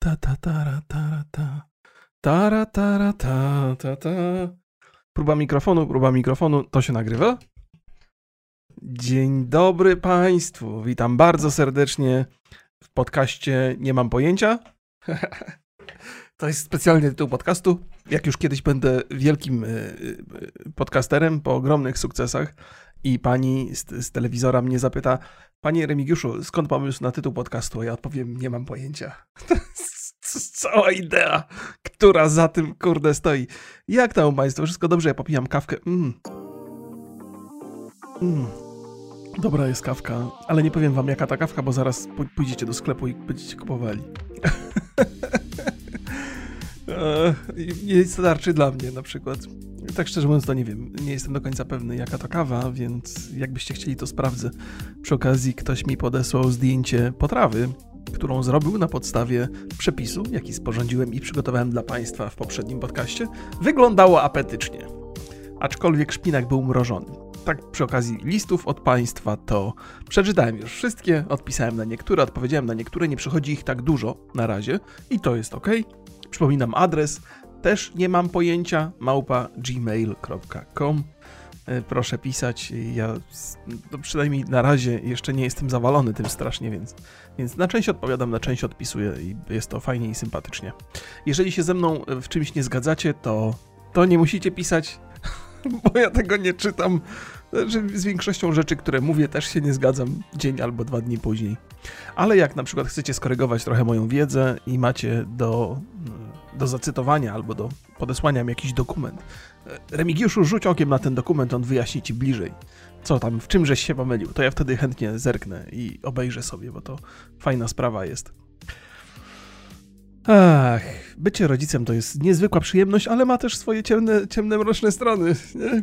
Ta ta tara tara ta. Tara tara ta ta ta. Próba mikrofonu. To się nagrywa? Dzień dobry Państwu. Witam bardzo serdecznie w podcaście Nie mam pojęcia. To jest specjalny tytuł podcastu. Jak już kiedyś będę wielkim podcasterem po ogromnych sukcesach i pani z telewizora mnie zapyta: Panie Remigiuszu, skąd pomysł na tytuł podcastu? A ja odpowiem: nie mam pojęcia. To jest cała idea, która za tym kurde stoi. Jak tam u Państwa? Wszystko dobrze? Ja popijam kawkę. Dobra jest kawka, ale nie powiem wam jaka ta kawka, bo zaraz pójdziecie do sklepu i będziecie kupowali. Nie starczy dla mnie na przykład. Tak szczerze mówiąc to nie wiem, nie jestem do końca pewny jaka to kawa, więc jakbyście chcieli to sprawdzę. Przy okazji ktoś mi podesłał zdjęcie potrawy, którą zrobił na podstawie przepisu, jaki sporządziłem i przygotowałem dla Państwa w poprzednim podcaście. Wyglądało apetycznie, aczkolwiek szpinak był mrożony. Tak przy okazji listów od Państwa to przeczytałem już wszystkie, odpisałem na niektóre, odpowiedziałem na niektóre, nie przychodzi ich tak dużo na razie i to jest ok. Przypominam adres, też nie mam pojęcia, @gmail.com. Proszę pisać, ja przynajmniej na razie jeszcze nie jestem zawalony tym strasznie, więc na część odpowiadam, na część odpisuję i jest to fajnie i sympatycznie. Jeżeli się ze mną w czymś nie zgadzacie, to nie musicie pisać, bo ja tego nie czytam. Z większością rzeczy, które mówię, też się nie zgadzam dzień albo 2 dni później. Ale jak na przykład chcecie skorygować trochę moją wiedzę i macie do zacytowania albo do podesłania mi jakiś dokument, Remigiuszu, rzuć okiem na ten dokument, on wyjaśni ci bliżej, co tam, w czym żeś się pomylił, to ja wtedy chętnie zerknę i obejrzę sobie, bo to fajna sprawa jest. Ach, bycie rodzicem to jest niezwykła przyjemność, ale ma też swoje ciemne, mroczne strony, nie?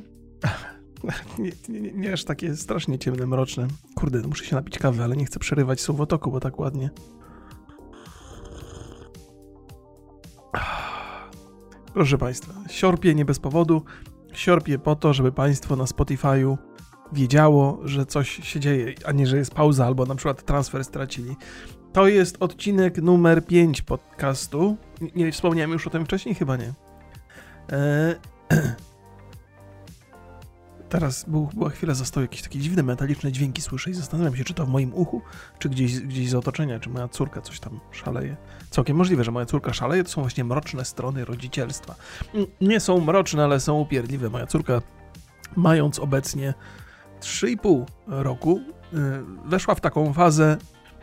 Nie aż takie strasznie ciemne, mroczne. Kurde, muszę się napić kawy, ale nie chcę przerywać słowotoku, bo tak ładnie. Proszę Państwa, siorpię nie bez powodu. Siorpię po to, żeby Państwo na Spotify'u wiedziało, że coś się dzieje, a nie, że jest pauza albo na przykład transfer stracili. To jest odcinek numer 5 podcastu. Nie wspomniałem już o tym wcześniej? Chyba nie. Teraz była chwila, zostały jakieś takie dziwne, metaliczne dźwięki słyszę i zastanawiam się, czy to w moim uchu, czy gdzieś z otoczenia, czy moja córka coś tam szaleje. Całkiem możliwe, że moja córka szaleje, to są właśnie mroczne strony rodzicielstwa. Nie są mroczne, ale są upierdliwe. Moja córka, mając obecnie 3,5 roku, weszła w taką fazę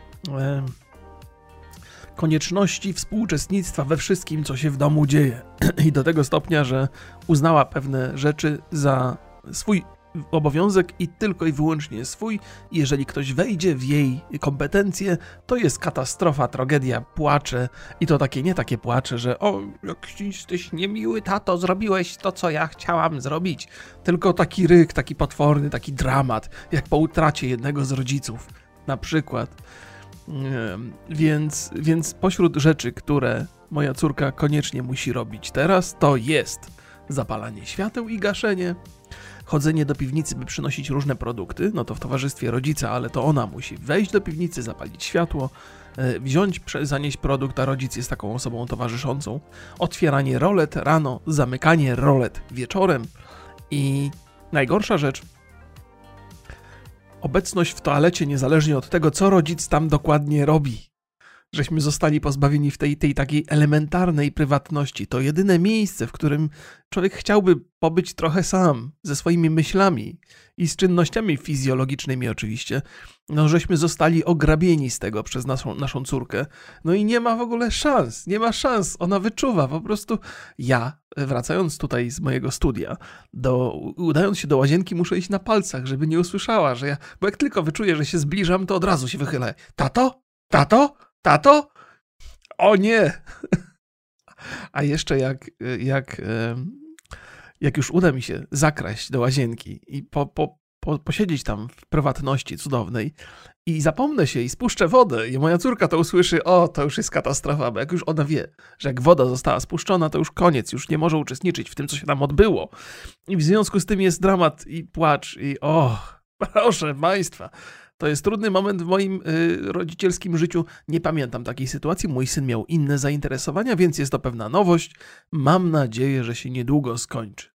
konieczności współuczestnictwa we wszystkim, co się w domu dzieje. I do tego stopnia, że uznała pewne rzeczy za swój obowiązek i tylko i wyłącznie swój. Jeżeli ktoś wejdzie w jej kompetencje, to jest katastrofa, tragedia, płacze. I to nie takie płacze, że o, jak jesteś niemiły, tato, zrobiłeś to, co ja chciałam zrobić. Tylko taki ryk, taki potworny, taki dramat, jak po utracie jednego z rodziców, na przykład. Więc pośród rzeczy, które moja córka koniecznie musi robić teraz, to jest zapalanie świateł i gaszenie, chodzenie do piwnicy, by przynosić różne produkty, no to w towarzystwie rodzica, ale to ona musi wejść do piwnicy, zapalić światło, zanieść produkt, a rodzic jest taką osobą towarzyszącą, otwieranie rolet rano, zamykanie rolet wieczorem i najgorsza rzecz, obecność w toalecie niezależnie od tego, co rodzic tam dokładnie robi. Żeśmy zostali pozbawieni w tej takiej elementarnej prywatności. To jedyne miejsce, w którym człowiek chciałby pobyć trochę sam, ze swoimi myślami i z czynnościami fizjologicznymi oczywiście. No, żeśmy zostali ograbieni z tego przez naszą córkę. No i nie ma w ogóle szans, nie ma szans. Ona wyczuwa po prostu. Ja, wracając tutaj z mojego studia, udając się do łazienki, muszę iść na palcach, żeby nie usłyszała, że bo jak tylko wyczuję, że się zbliżam, to od razu się wychylę. Tato? Tato? Tato? O nie! A jeszcze jak już uda mi się zakraść do łazienki i posiedzieć tam w prywatności cudownej i zapomnę się i spuszczę wodę i moja córka to usłyszy, o, to już jest katastrofa, bo jak już ona wie, że jak woda została spuszczona, to już koniec, już nie może uczestniczyć w tym, co się tam odbyło. I w związku z tym jest dramat i płacz i Proszę państwa, to jest trudny moment w moim rodzicielskim życiu. Nie pamiętam takiej sytuacji. Mój syn miał inne zainteresowania, więc jest to pewna nowość. Mam nadzieję, że się niedługo skończy.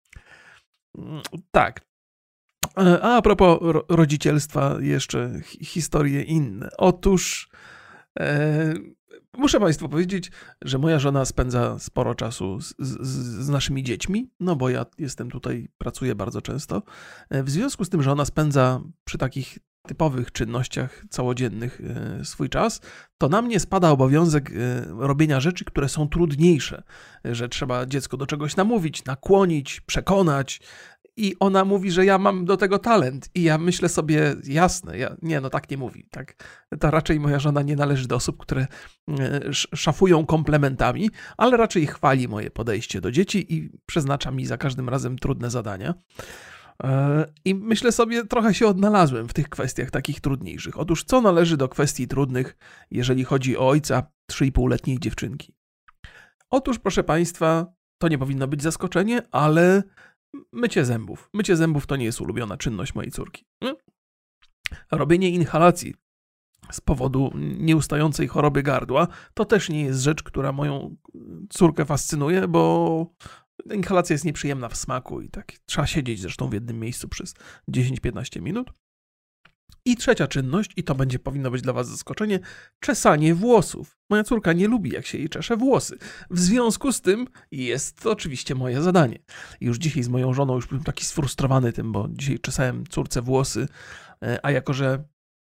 Tak. A propos rodzicielstwa, jeszcze historie inne. Otóż muszę państwu powiedzieć, że moja żona spędza sporo czasu z naszymi dziećmi, no bo ja jestem tutaj, pracuję bardzo często. W związku z tym, że ona spędza przy takich typowych czynnościach całodziennych swój czas, to na mnie spada obowiązek robienia rzeczy, które są trudniejsze, że trzeba dziecko do czegoś namówić, nakłonić, przekonać. I ona mówi, że ja mam do tego talent. I ja myślę sobie, jasne, no tak nie mówi. Tak. To raczej moja żona nie należy do osób, które szafują komplementami, ale raczej chwali moje podejście do dzieci i przeznacza mi za każdym razem trudne zadania. I myślę sobie, trochę się odnalazłem w tych kwestiach takich trudniejszych. Otóż co należy do kwestii trudnych, jeżeli chodzi o ojca 3,5-letniej dziewczynki? Otóż, proszę państwa, to nie powinno być zaskoczenie, ale mycie zębów. Mycie zębów to nie jest ulubiona czynność mojej córki. Robienie inhalacji z powodu nieustającej choroby gardła to też nie jest rzecz, która moją córkę fascynuje, bo inhalacja jest nieprzyjemna w smaku i tak trzeba siedzieć zresztą w jednym miejscu przez 10-15 minut. I trzecia czynność, i to powinno być dla was zaskoczenie, czesanie włosów. Moja córka nie lubi, jak się jej czesze włosy. W związku z tym jest to oczywiście moje zadanie. I już dzisiaj z moją żoną już byłem taki sfrustrowany tym, bo dzisiaj czesałem córce włosy, a jako że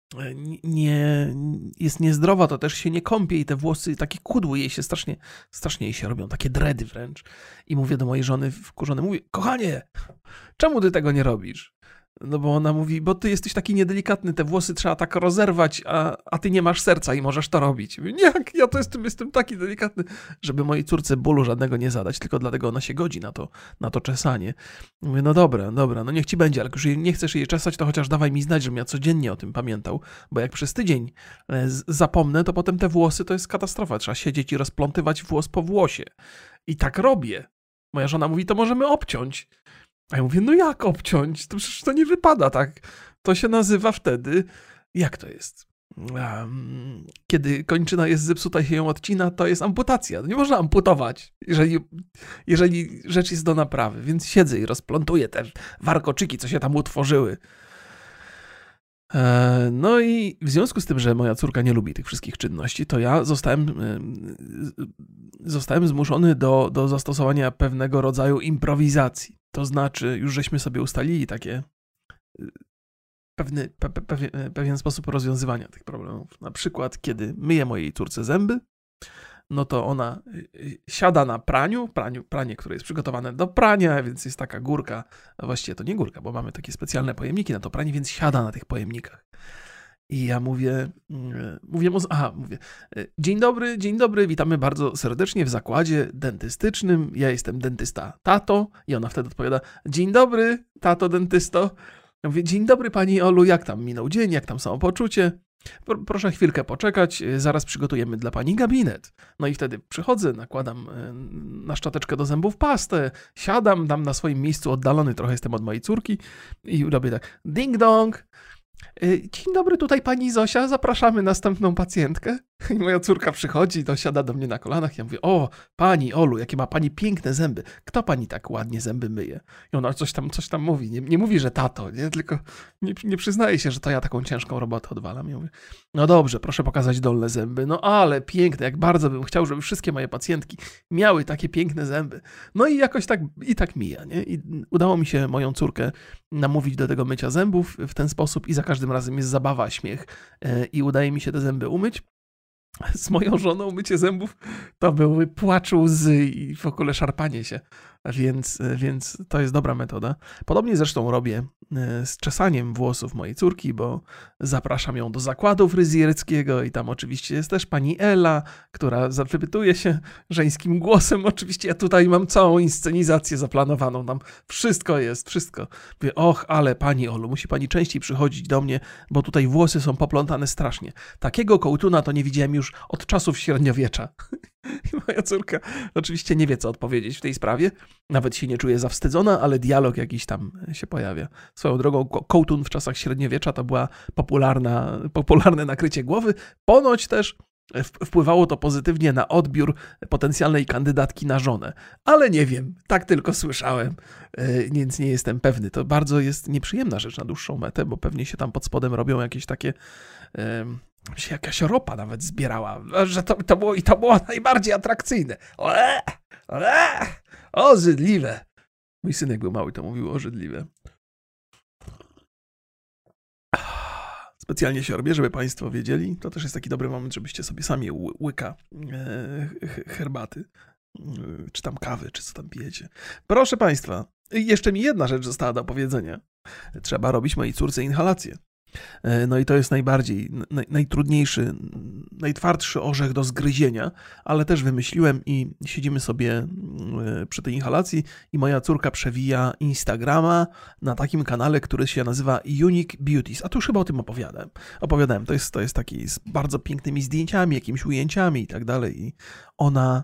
jest niezdrowa, to też się nie kąpie i te włosy, takie kudły jej się strasznie jej się robią, takie dredy wręcz. I mówię do mojej żony wkurzony, mówię, kochanie, czemu ty tego nie robisz? No bo ona mówi, bo ty jesteś taki niedelikatny, te włosy trzeba tak rozerwać, a ty nie masz serca i możesz to robić. Mówię, jak? Ja to jestem taki delikatny, żeby mojej córce bólu żadnego nie zadać, tylko dlatego ona się godzi na to czesanie. Mówię, no dobra, no niech ci będzie, ale jak już nie chcesz jej czesać, to chociaż dawaj mi znać, żebym ja codziennie o tym pamiętał, bo jak przez tydzień zapomnę, to potem te włosy to jest katastrofa. Trzeba siedzieć i rozplątywać włos po włosie. I tak robię. Moja żona mówi, to możemy obciąć. A ja mówię, no jak obciąć? To przecież to nie wypada tak. To się nazywa wtedy, jak to jest? Kiedy kończyna jest zepsuta i się ją odcina, to jest amputacja. Nie można amputować, jeżeli rzecz jest do naprawy. Więc siedzę i rozplątuję te warkoczyki, co się tam utworzyły. No i w związku z tym, że moja córka nie lubi tych wszystkich czynności, to ja zostałem zmuszony do zastosowania pewnego rodzaju improwizacji. To znaczy, już żeśmy sobie ustalili takie pewien sposób rozwiązywania tych problemów. Na przykład, kiedy myję mojej córce zęby, no to ona siada na pranie, które jest przygotowane do prania, więc jest taka górka, a właściwie to nie górka, bo mamy takie specjalne pojemniki na to pranie, więc siada na tych pojemnikach. I ja mówię, dzień dobry, witamy bardzo serdecznie w zakładzie dentystycznym, ja jestem dentysta tato. I ona wtedy odpowiada, dzień dobry, tato dentysto. Ja mówię, dzień dobry pani Olu, jak tam minął dzień, jak tam samopoczucie? Proszę chwilkę poczekać, zaraz przygotujemy dla pani gabinet. No i wtedy przychodzę, nakładam na szczoteczkę do zębów pastę, siadam, dam na swoim miejscu oddalony, trochę jestem od mojej córki i robię tak, ding dong. Dzień dobry, tutaj pani Zosia, zapraszamy następną pacjentkę. I moja córka przychodzi, siada do mnie na kolanach. Ja mówię, o, pani Olu, jakie ma pani piękne zęby. Kto pani tak ładnie zęby myje? I ona coś tam mówi. Nie mówi, że tato, nie? Tylko nie przyznaje się, że to ja taką ciężką robotę odwalam. Ja mówię, no dobrze, proszę pokazać dolne zęby. No ale piękne, jak bardzo bym chciał, żeby wszystkie moje pacjentki miały takie piękne zęby. No i jakoś tak mija, nie? I udało mi się moją córkę namówić do tego mycia zębów w ten sposób i za każdym razem jest zabawa, śmiech i udaje mi się te zęby umyć. Z moją żoną mycie zębów to były płacz, łzy i w ogóle szarpanie się, więc to jest dobra metoda. Podobnie zresztą robię z czesaniem włosów mojej córki, bo zapraszam ją do zakładu fryzjerskiego i tam oczywiście jest też pani Ela, która wypytuje się żeńskim głosem. Oczywiście ja tutaj mam całą inscenizację zaplanowaną, tam wszystko jest, wszystko. Mówię, och, ale pani Olu, musi pani częściej przychodzić do mnie, bo tutaj włosy są poplątane strasznie. Takiego kołtuna to nie widziałem już od czasów średniowiecza. I moja córka oczywiście nie wie, co odpowiedzieć w tej sprawie. Nawet się nie czuje zawstydzona, ale dialog jakiś tam się pojawia. Swoją drogą, kołtun w czasach średniowiecza to była popularne nakrycie głowy. Ponoć też wpływało to pozytywnie na odbiór potencjalnej kandydatki na żonę. Ale nie wiem, tak tylko słyszałem, więc nie jestem pewny. To bardzo jest nieprzyjemna rzecz na dłuższą metę, bo pewnie się tam pod spodem robią jakieś takie... się jakaś ropa nawet zbierała, że to było najbardziej atrakcyjne. Obrzydliwe. Mój synek był mały, to mówił obrzydliwe. Specjalnie się robię, żeby państwo wiedzieli. To też jest taki dobry moment, żebyście sobie sami łyka herbaty, czy tam kawy, czy co tam pijecie. Proszę państwa, jeszcze mi jedna rzecz została do opowiedzenia. Trzeba robić mojej córce inhalację. No i to jest najtrudniejszy, najtwardszy orzech do zgryzienia, ale też wymyśliłem i siedzimy sobie przy tej inhalacji i moja córka przewija Instagrama na takim kanale, który się nazywa Unique Beauties. A tu już chyba o tym opowiadałem. To jest taki z bardzo pięknymi zdjęciami, jakimiś ujęciami i tak dalej i ona...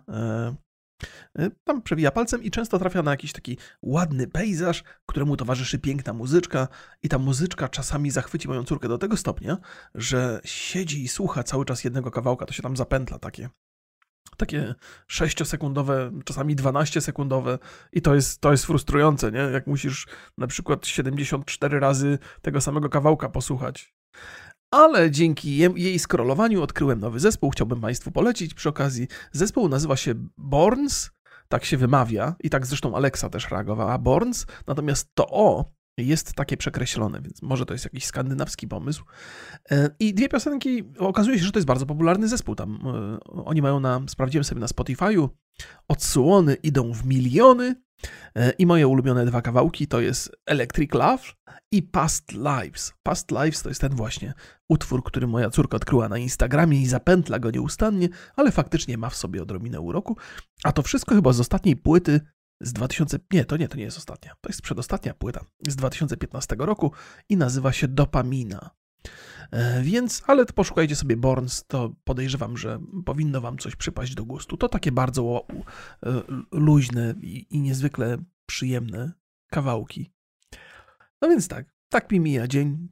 tam przewija palcem i często trafia na jakiś taki ładny pejzaż, któremu towarzyszy piękna muzyczka i ta muzyczka czasami zachwyci moją córkę do tego stopnia, że siedzi i słucha cały czas jednego kawałka, to się tam zapętla takie 6-sekundowe, czasami 12-sekundowe i to jest frustrujące, nie? Jak musisz na przykład 74 razy tego samego kawałka posłuchać. Ale dzięki jej scrollowaniu odkryłem nowy zespół, chciałbym państwu polecić przy okazji. Zespół nazywa się Borns, tak się wymawia i tak zresztą Alexa też reagowała, Borns, natomiast to O jest takie przekreślone, więc może to jest jakiś skandynawski pomysł. I dwie piosenki, okazuje się, że to jest bardzo popularny zespół tam. Oni mają sprawdziłem sobie na Spotify'u, odsłony idą w miliony i moje ulubione dwa kawałki to jest Electric Love i Past Lives. Past Lives to jest ten właśnie utwór, który moja córka odkryła na Instagramie i zapętla go nieustannie, ale faktycznie ma w sobie odrobinę uroku. A to wszystko chyba z ostatniej płyty z 2000... Nie, to nie jest ostatnia. To jest przedostatnia płyta z 2015 roku i nazywa się Dopamina. Więc, ale poszukajcie sobie Borns, to podejrzewam, że powinno wam coś przypaść do gustu. To takie bardzo luźne i niezwykle przyjemne kawałki. No więc tak mi mija dzień,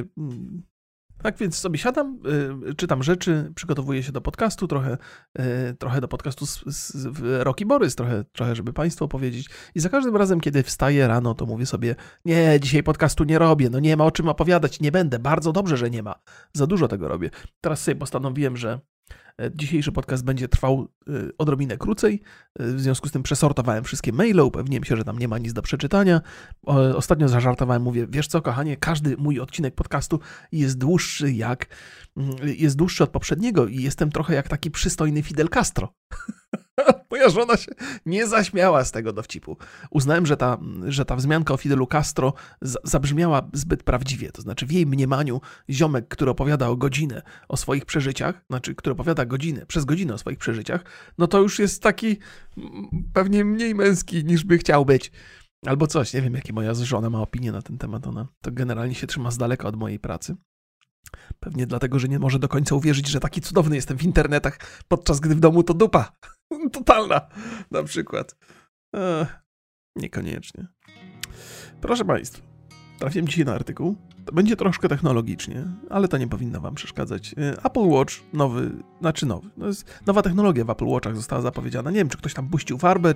tak więc sobie siadam, czytam rzeczy, przygotowuję się do podcastu, trochę do podcastu z Rocky Borys, trochę, żeby państwu opowiedzieć. I za każdym razem, kiedy wstaję rano, to mówię sobie, nie, dzisiaj podcastu nie robię, no nie ma o czym opowiadać, nie będę, bardzo dobrze, że nie ma. Za dużo tego robię. Teraz sobie postanowiłem, że dzisiejszy podcast będzie trwał odrobinę krócej, w związku z tym przesortowałem wszystkie maile, upewniłem się, że tam nie ma nic do przeczytania. Ostatnio zażartowałem, mówię, wiesz co, kochanie, każdy mój odcinek podcastu jest dłuższy od poprzedniego i jestem trochę jak taki przystojny Fidel Castro. Moja żona się nie zaśmiała z tego dowcipu. Uznałem, że ta wzmianka o Fidelu Castro zabrzmiała zbyt prawdziwie. To znaczy w jej mniemaniu ziomek, który opowiada o godzinę o swoich przeżyciach, który opowiada przez godzinę o swoich przeżyciach, no to już jest taki pewnie mniej męski niż by chciał być. Albo coś, nie wiem jakie moja żona ma opinię na ten temat. Ona to generalnie się trzyma z daleka od mojej pracy. Pewnie dlatego, że nie może do końca uwierzyć, że taki cudowny jestem w internetach, podczas gdy w domu to dupa. Totalna, na przykład. Niekoniecznie. Proszę państwa, trafiłem dzisiaj na artykuł. To będzie troszkę technologicznie, ale to nie powinno wam przeszkadzać. Apple Watch nowy. To jest nowa technologia w Apple Watchach została zapowiedziana. Nie wiem, czy ktoś tam puścił farbę,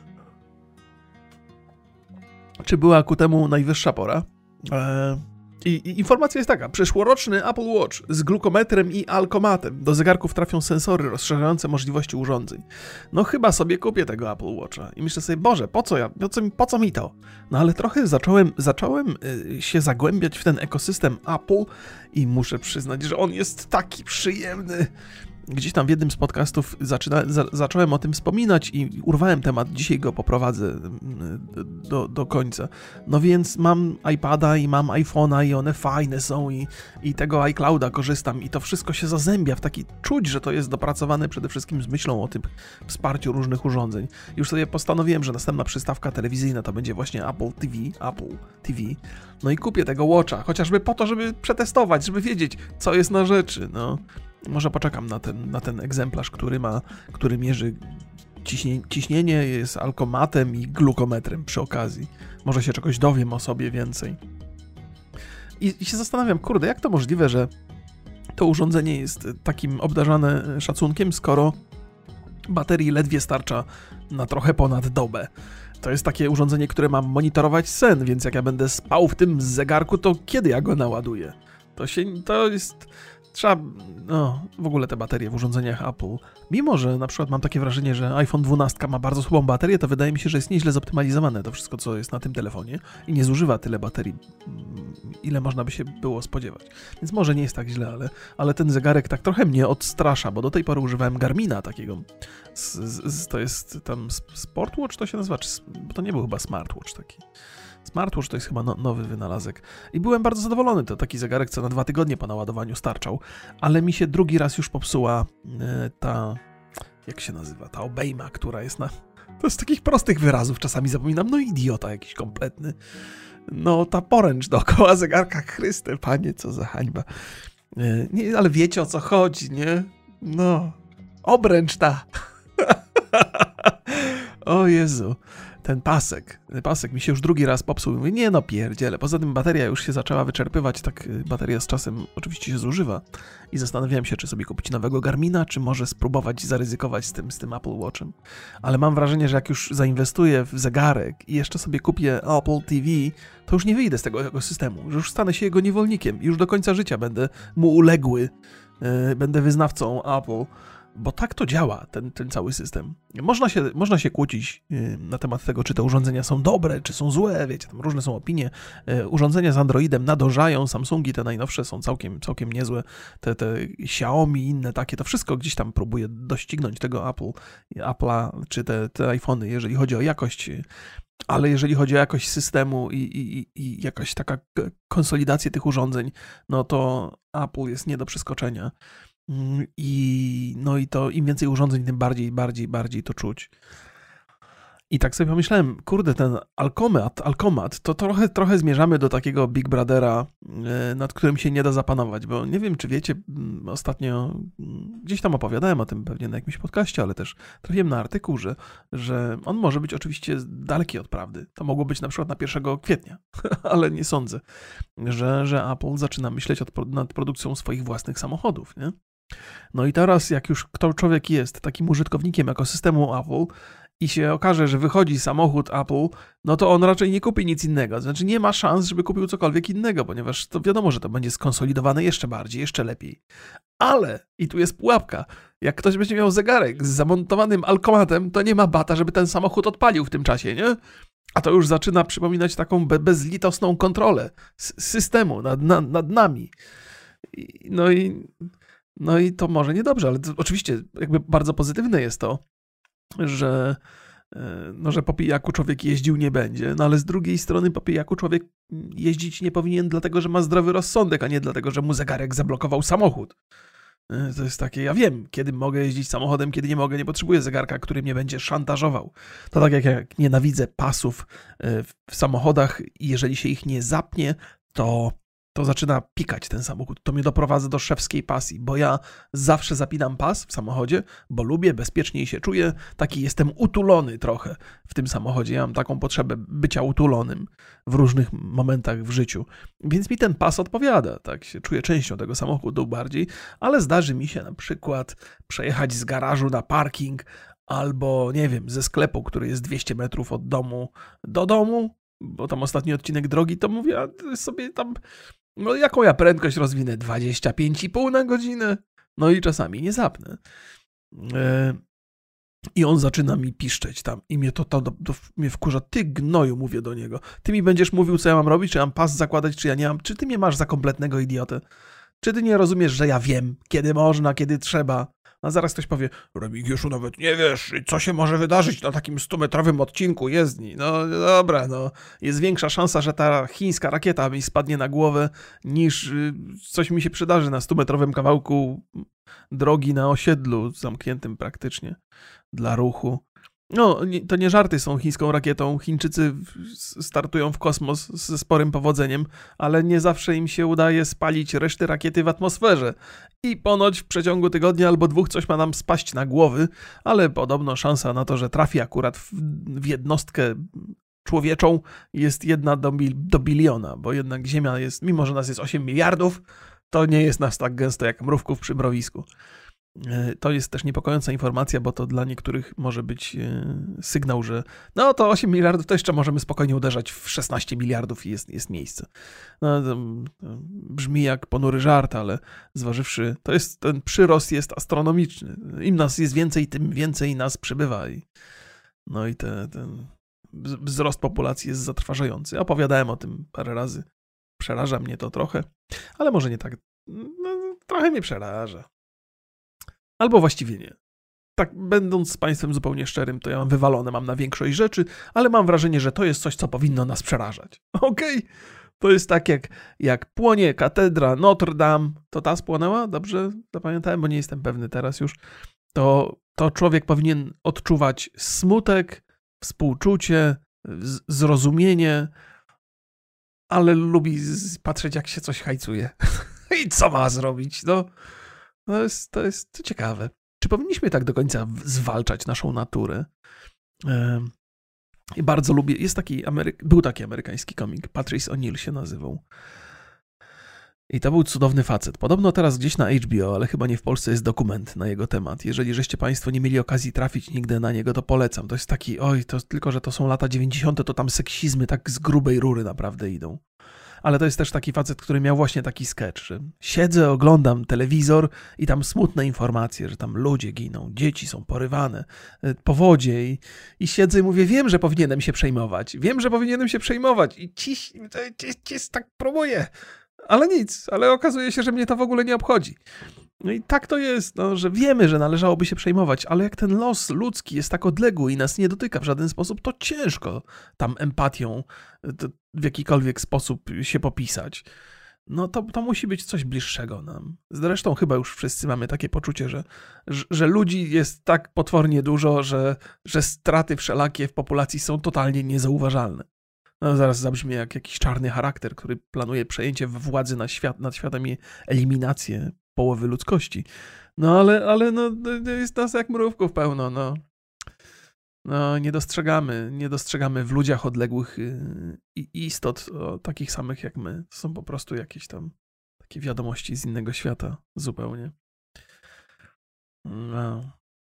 czy była ku temu najwyższa pora. I informacja jest taka, przyszłoroczny Apple Watch z glukometrem i alkomatem. Do zegarków trafią sensory rozszerzające możliwości urządzeń. No chyba sobie kupię tego Apple Watcha i myślę sobie, Boże, po co mi to? No ale trochę zacząłem się zagłębiać w ten ekosystem Apple i muszę przyznać, że on jest taki przyjemny. Gdzieś tam w jednym z podcastów zacząłem o tym wspominać i urwałem temat, dzisiaj go poprowadzę do końca. No więc mam iPada i mam iPhone'a i one fajne są i tego iClouda korzystam i to wszystko się zazębia w taki czuć, że to jest dopracowane przede wszystkim z myślą o tym wsparciu różnych urządzeń. Już sobie postanowiłem, że następna przystawka telewizyjna to będzie właśnie Apple TV. No i kupię tego Watcha, chociażby po to, żeby przetestować, żeby wiedzieć, co jest na rzeczy, no. Może poczekam na ten egzemplarz, który mierzy ciśnienie, jest alkomatem i glukometrem przy okazji. Może się czegoś dowiem o sobie więcej. I się zastanawiam, kurde, jak to możliwe, że to urządzenie jest takim obdarzane szacunkiem, skoro baterii ledwie starcza na trochę ponad dobę. To jest takie urządzenie, które ma monitorować sen, więc jak ja będę spał w tym zegarku, to kiedy ja go naładuję? To jest... Trzeba... No, w ogóle te baterie w urządzeniach Apple. Mimo, że na przykład mam takie wrażenie, że iPhone 12 ma bardzo słabą baterię, to wydaje mi się, że jest nieźle zoptymalizowane to wszystko, co jest na tym telefonie i nie zużywa tyle baterii, ile można by się było spodziewać. Więc może nie jest tak źle, ale ten zegarek tak trochę mnie odstrasza, bo do tej pory używałem Garmina takiego. To jest tam Sportwatch to się nazywa, bo to nie był chyba Smartwatch taki. Smartwatch to jest chyba nowy wynalazek. I byłem bardzo zadowolony. To taki zegarek, co na 2 tygodnie po naładowaniu starczał. Ale mi się drugi raz już popsuła ta... Jak się nazywa? Ta obejma, która jest na... To z takich prostych wyrazów czasami zapominam. No idiota jakiś kompletny. No ta poręcz dookoła zegarka. Chryste, panie, co za hańba. Nie, ale wiecie, o co chodzi, nie? No. Obręcz ta. O Jezu. Ten pasek mi się już drugi raz popsuł. Mówię, nie no pierdziele. Poza tym bateria już się zaczęła wyczerpywać, tak bateria z czasem oczywiście się zużywa. I zastanawiałem się, czy sobie kupić nowego Garmina, czy może spróbować zaryzykować z tym Apple Watchem. Ale mam wrażenie, że jak już zainwestuję w zegarek i jeszcze sobie kupię Apple TV, to już nie wyjdę z tego ekosystemu, że już stanę się jego niewolnikiem. Już do końca życia będę mu uległy. Będę wyznawcą Apple. Bo tak to działa, ten cały system. Można się kłócić na temat tego, czy te urządzenia są dobre, czy są złe, wiecie, tam różne są opinie. Urządzenia z Androidem nadążają, Samsungi te najnowsze są całkiem niezłe, te Xiaomi i inne takie, to wszystko gdzieś tam próbuje doścignąć tego Apple'a, czy te iPhony, jeżeli chodzi o jakość, ale jeżeli chodzi o jakość systemu i jakaś taka konsolidację tych urządzeń, no to Apple jest nie do przeskoczenia. I to im więcej urządzeń, tym bardziej to czuć. I tak sobie pomyślałem, kurde, ten Alkomat, to trochę zmierzamy do takiego Big Brothera, nad którym się nie da zapanować, bo nie wiem, czy wiecie, ostatnio gdzieś tam opowiadałem o tym pewnie na jakimś podcaście, ale też trafiłem na artykuł, że on może być oczywiście daleki od prawdy. To mogło być na przykład na 1 kwietnia, ale nie sądzę, że Apple zaczyna myśleć nad produkcją swoich własnych samochodów, nie? No i teraz, jak już człowiek jest takim użytkownikiem ekosystemu Apple i się okaże, że wychodzi samochód Apple, no to on raczej nie kupi nic innego. Znaczy nie ma szans, żeby kupił cokolwiek innego, ponieważ to wiadomo, że to będzie skonsolidowane jeszcze bardziej, jeszcze lepiej. Ale, i tu jest pułapka, jak ktoś będzie miał zegarek z zamontowanym alkomatem, to nie ma bata, żeby ten samochód odpalił w tym czasie, nie? A to już zaczyna przypominać taką bezlitosną kontrolę systemu nad nami. No i to może niedobrze, ale to oczywiście jakby bardzo pozytywne jest to, że po pijaku człowiek jeździł nie będzie, no ale z drugiej strony po pijaku człowiek jeździć nie powinien dlatego, że ma zdrowy rozsądek, a nie dlatego, że mu zegarek zablokował samochód. To jest takie, ja wiem, kiedy mogę jeździć samochodem, kiedy nie mogę, nie potrzebuję zegarka, który mnie będzie szantażował. To tak jak nienawidzę pasów w samochodach i jeżeli się ich nie zapnie, to zaczyna pikać ten samochód. To mnie doprowadza do szewskiej pasji, bo ja zawsze zapinam pas w samochodzie, bo lubię, bezpieczniej się czuję, taki jestem utulony trochę w tym samochodzie. Ja mam taką potrzebę bycia utulonym w różnych momentach w życiu. Więc mi ten pas odpowiada, tak się czuję częścią tego samochodu bardziej, ale zdarzy mi się na przykład przejechać z garażu na parking albo, nie wiem, ze sklepu, który jest 200 metrów od domu do domu, bo tam ostatni odcinek drogi, to mówię, a sobie tam... No jaką ja prędkość rozwinę? 25,5 na godzinę? No i czasami nie zapnę. I on zaczyna mi piszczeć tam i mnie to mnie wkurza. Ty gnoju, mówię do niego. Ty mi będziesz mówił, co ja mam robić, czy ja mam pas zakładać, czy ja nie mam. Czy ty mnie masz za kompletnego idiotę? Czy ty nie rozumiesz, że ja wiem, kiedy można, kiedy trzeba? A zaraz ktoś powie, Remigiuszu, nawet nie wiesz, co się może wydarzyć na takim 100-metrowym odcinku jezdni. No dobra, no. Jest większa szansa, że ta chińska rakieta mi spadnie na głowę, niż coś mi się przydarzy na 100-metrowym kawałku drogi na osiedlu, zamkniętym praktycznie dla ruchu. No, to nie żarty są chińską rakietą. Chińczycy startują w kosmos ze sporym powodzeniem, ale nie zawsze im się udaje spalić reszty rakiety w atmosferze. I ponoć w przeciągu tygodnia albo 2 coś ma nam spaść na głowy, ale podobno szansa na to, że trafi akurat w jednostkę człowieczą jest 1 do biliona, bo jednak Ziemia jest, mimo że nas jest 8 miliardów, to nie jest nas tak gęsto jak mrówków przy mrowisku. To jest też niepokojąca informacja, bo to dla niektórych może być sygnał, że no to 8 miliardów to jeszcze możemy spokojnie uderzać w 16 miliardów i jest miejsce. No, to brzmi jak ponury żart, ale zważywszy, ten przyrost jest astronomiczny. Im nas jest więcej, tym więcej nas przybywa. No i ten wzrost populacji jest zatrważający. Opowiadałem o tym parę razy. Przeraża mnie to trochę, ale może nie tak. No, trochę mnie przeraża. Albo właściwie nie. Tak, będąc z państwem zupełnie szczerym, to ja mam wywalone, mam na większość rzeczy, ale mam wrażenie, że to jest coś, co powinno nas przerażać. Okej? To jest tak, jak płonie katedra Notre Dame. To ta spłonęła? Dobrze zapamiętałem, bo nie jestem pewny teraz już. To człowiek powinien odczuwać smutek, współczucie, zrozumienie, ale lubi patrzeć, jak się coś hajcuje. I co ma zrobić? No, to jest ciekawe. Czy powinniśmy tak do końca zwalczać naszą naturę? I bardzo lubię, był taki amerykański komik, Patrice O'Neil się nazywał. I to był cudowny facet. Podobno teraz gdzieś na HBO, ale chyba nie w Polsce, jest dokument na jego temat. Jeżeli żeście państwo nie mieli okazji trafić nigdy na niego, to polecam. To jest taki, tylko że to są lata 90., to tam seksizmy tak z grubej rury naprawdę idą. Ale to jest też taki facet, który miał właśnie taki sketch, że siedzę, oglądam telewizor i tam smutne informacje, że tam ludzie giną, dzieci są porywane, powodzie i siedzę i mówię, wiem, że powinienem się przejmować i ciś tak próbuję, ale nic, ale okazuje się, że mnie to w ogóle nie obchodzi. No i tak to jest, no, że wiemy, że należałoby się przejmować, ale jak ten los ludzki jest tak odległy i nas nie dotyka w żaden sposób, to ciężko tam empatią w jakikolwiek sposób się popisać. No to musi być coś bliższego nam. Zresztą chyba już wszyscy mamy takie poczucie, że ludzi jest tak potwornie dużo, że straty wszelakie w populacji są totalnie niezauważalne. No zaraz zabrzmi jak jakiś czarny charakter, który planuje przejęcie władzy nad światem i eliminację połowy ludzkości. No ale no, jest nas jak mrówków pełno, no. No nie dostrzegamy w ludziach odległych istot takich samych jak my. To są po prostu jakieś tam takie wiadomości z innego świata zupełnie. No.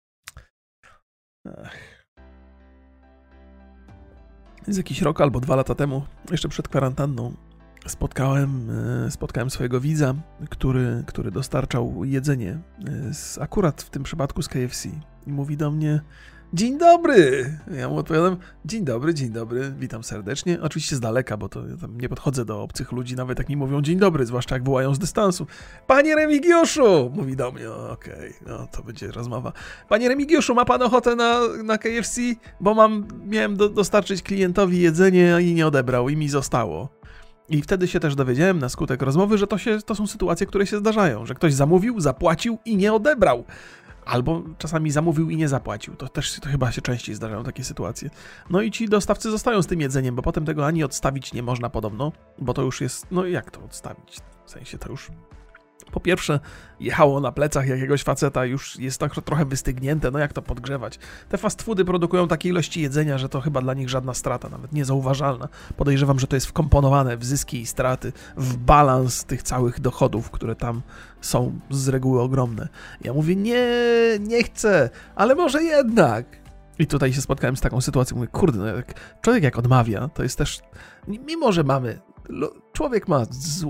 Z jakiś rok albo 2 lata temu, jeszcze przed kwarantanną, spotkałem swojego widza, który dostarczał jedzenie, akurat w tym przypadku z KFC. I mówi do mnie, dzień dobry! Ja mu odpowiadam, dzień dobry, witam serdecznie. Oczywiście z daleka, bo to ja tam nie podchodzę do obcych ludzi, nawet jak mi mówią dzień dobry, zwłaszcza jak wołają z dystansu. Panie Remigiuszu! Mówi do mnie, okej, no to będzie rozmowa. Panie Remigiuszu, ma pan ochotę na KFC? Bo miałem dostarczyć klientowi jedzenie i nie odebrał i mi zostało. I wtedy się też dowiedziałem na skutek rozmowy, że to są sytuacje, które się zdarzają, że ktoś zamówił, zapłacił i nie odebrał. Albo czasami zamówił i nie zapłacił. To chyba się częściej zdarzają takie sytuacje. No i ci dostawcy zostają z tym jedzeniem, bo potem tego ani odstawić nie można podobno, bo to już jest, no jak to odstawić? W sensie to już po pierwsze jechało na plecach jakiegoś faceta, już jest tak trochę wystygnięte, no jak to podgrzewać? Te fast foody produkują takie ilości jedzenia, że to chyba dla nich żadna strata, nawet niezauważalna. Podejrzewam, że to jest wkomponowane w zyski i straty, w balans tych całych dochodów, które tam są z reguły ogromne. Ja mówię, nie chcę, ale może jednak. I tutaj się spotkałem z taką sytuacją, mówię, kurde, no człowiek jak odmawia, to jest też, mimo że człowiek ma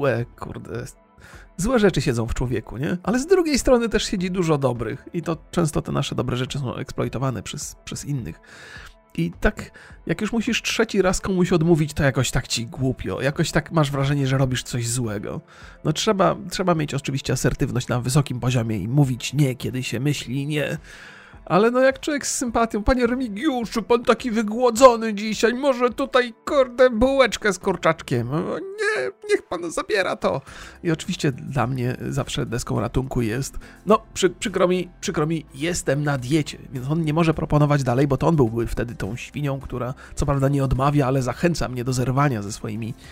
złe rzeczy siedzą w człowieku, nie? Ale z drugiej strony też siedzi dużo dobrych i to często te nasze dobre rzeczy są eksploitowane przez innych. I tak, jak już musisz 3. raz komuś odmówić, to jakoś tak ci głupio, jakoś tak masz wrażenie, że robisz coś złego. No trzeba mieć oczywiście asertywność na wysokim poziomie i mówić nie, kiedy się myśli nie. Ale no jak człowiek z sympatią, panie Remigiuszu, pan taki wygłodzony dzisiaj, może tutaj, kurde, bułeczkę z kurczaczkiem. Nie, niech pan zabiera to. I oczywiście dla mnie zawsze deską ratunku jest, no przykro mi, jestem na diecie, więc on nie może proponować dalej, bo to on byłby wtedy tą świnią, która co prawda nie odmawia, ale zachęca mnie do zerwania ze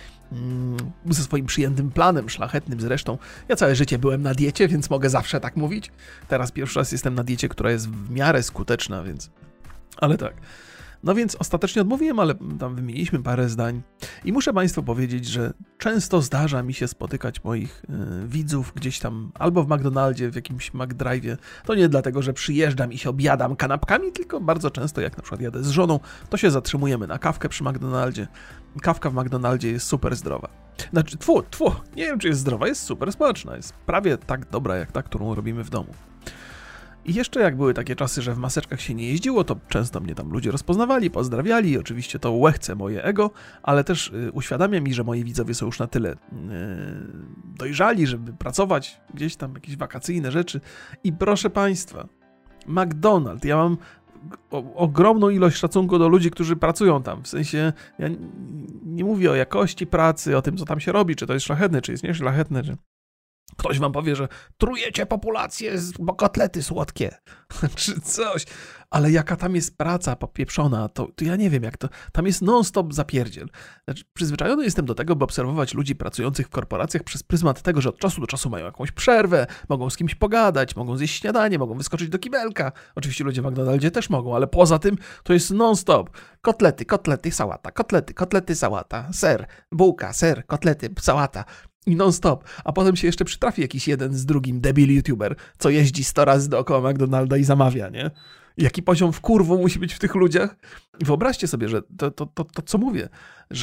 swoim przyjętym planem, szlachetnym zresztą. Ja całe życie byłem na diecie, więc mogę zawsze tak mówić. Teraz pierwszy raz jestem na diecie, która jest w miarę skuteczna, więc... Ale tak. No więc ostatecznie odmówiłem, ale tam wymieniliśmy parę zdań. I muszę Państwu powiedzieć, że często zdarza mi się spotykać moich widzów gdzieś tam albo w McDonaldzie, w jakimś McDrive'ie. To nie dlatego, że przyjeżdżam i się objadam kanapkami, tylko bardzo często, jak na przykład jadę z żoną, to się zatrzymujemy na kawkę przy McDonaldzie. Kawka w McDonaldzie jest super zdrowa. Znaczy, nie wiem, czy jest zdrowa, jest super smaczna. Jest prawie tak dobra, jak ta, którą robimy w domu. I jeszcze jak były takie czasy, że w maseczkach się nie jeździło, to często mnie tam ludzie rozpoznawali, pozdrawiali, oczywiście to łechce moje ego, ale też uświadamia mi, że moi widzowie są już na tyle dojrzali, żeby pracować gdzieś tam, jakieś wakacyjne rzeczy. I proszę Państwa, McDonald's, ja mam ogromną ilość szacunku do ludzi, którzy pracują tam, w sensie ja nie mówię o jakości pracy, o tym, co tam się robi, czy to jest szlachetne, czy jest nieszlachetne, czy... Ktoś wam powie, że trujecie populację, bo kotlety słodkie, czy coś. Ale jaka tam jest praca popieprzona, to ja nie wiem jak to... Tam jest non-stop zapierdziel. Znaczy, przyzwyczajony jestem do tego, by obserwować ludzi pracujących w korporacjach przez pryzmat tego, że od czasu do czasu mają jakąś przerwę, mogą z kimś pogadać, mogą zjeść śniadanie, mogą wyskoczyć do kibelka. Oczywiście ludzie w McDonaldzie też mogą, ale poza tym to jest non-stop. Kotlety, sałata, kotlety, sałata, ser, bułka, ser, kotlety, sałata. I non-stop. A potem się jeszcze przytrafi jakiś jeden z drugim debil youtuber, co jeździ 100 razy dookoła McDonalda i zamawia, nie? Jaki poziom wkurwu musi być w tych ludziach? I wyobraźcie sobie, że to co mówię,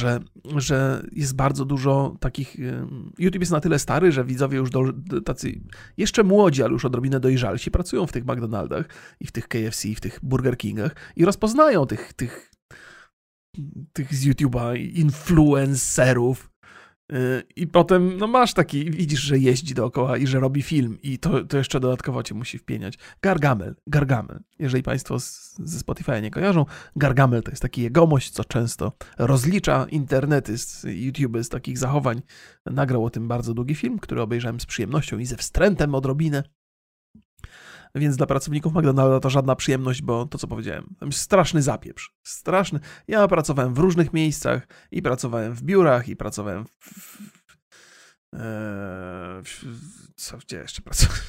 że jest bardzo dużo takich... YouTube jest na tyle stary, że widzowie już tacy jeszcze młodzi, ale już odrobinę dojrzalsi, pracują w tych McDonaldach i w tych KFC, i w tych Burger Kingach i rozpoznają tych z YouTube'a influencerów. I potem, no masz taki, widzisz, że jeździ dookoła i że robi film i to jeszcze dodatkowo cię musi wpieniać. Gargamel. Jeżeli Państwo ze Spotify'a nie kojarzą, Gargamel to jest taki jegomość, co często rozlicza internety z YouTube z takich zachowań. Nagrał o tym bardzo długi film, który obejrzałem z przyjemnością i ze wstrętem odrobinę. Więc dla pracowników McDonalda to żadna przyjemność, bo to, co powiedziałem, tam jest straszny zapieprz. Straszny. Ja pracowałem w różnych miejscach i pracowałem w biurach i pracowałem gdzie jeszcze pracowałem?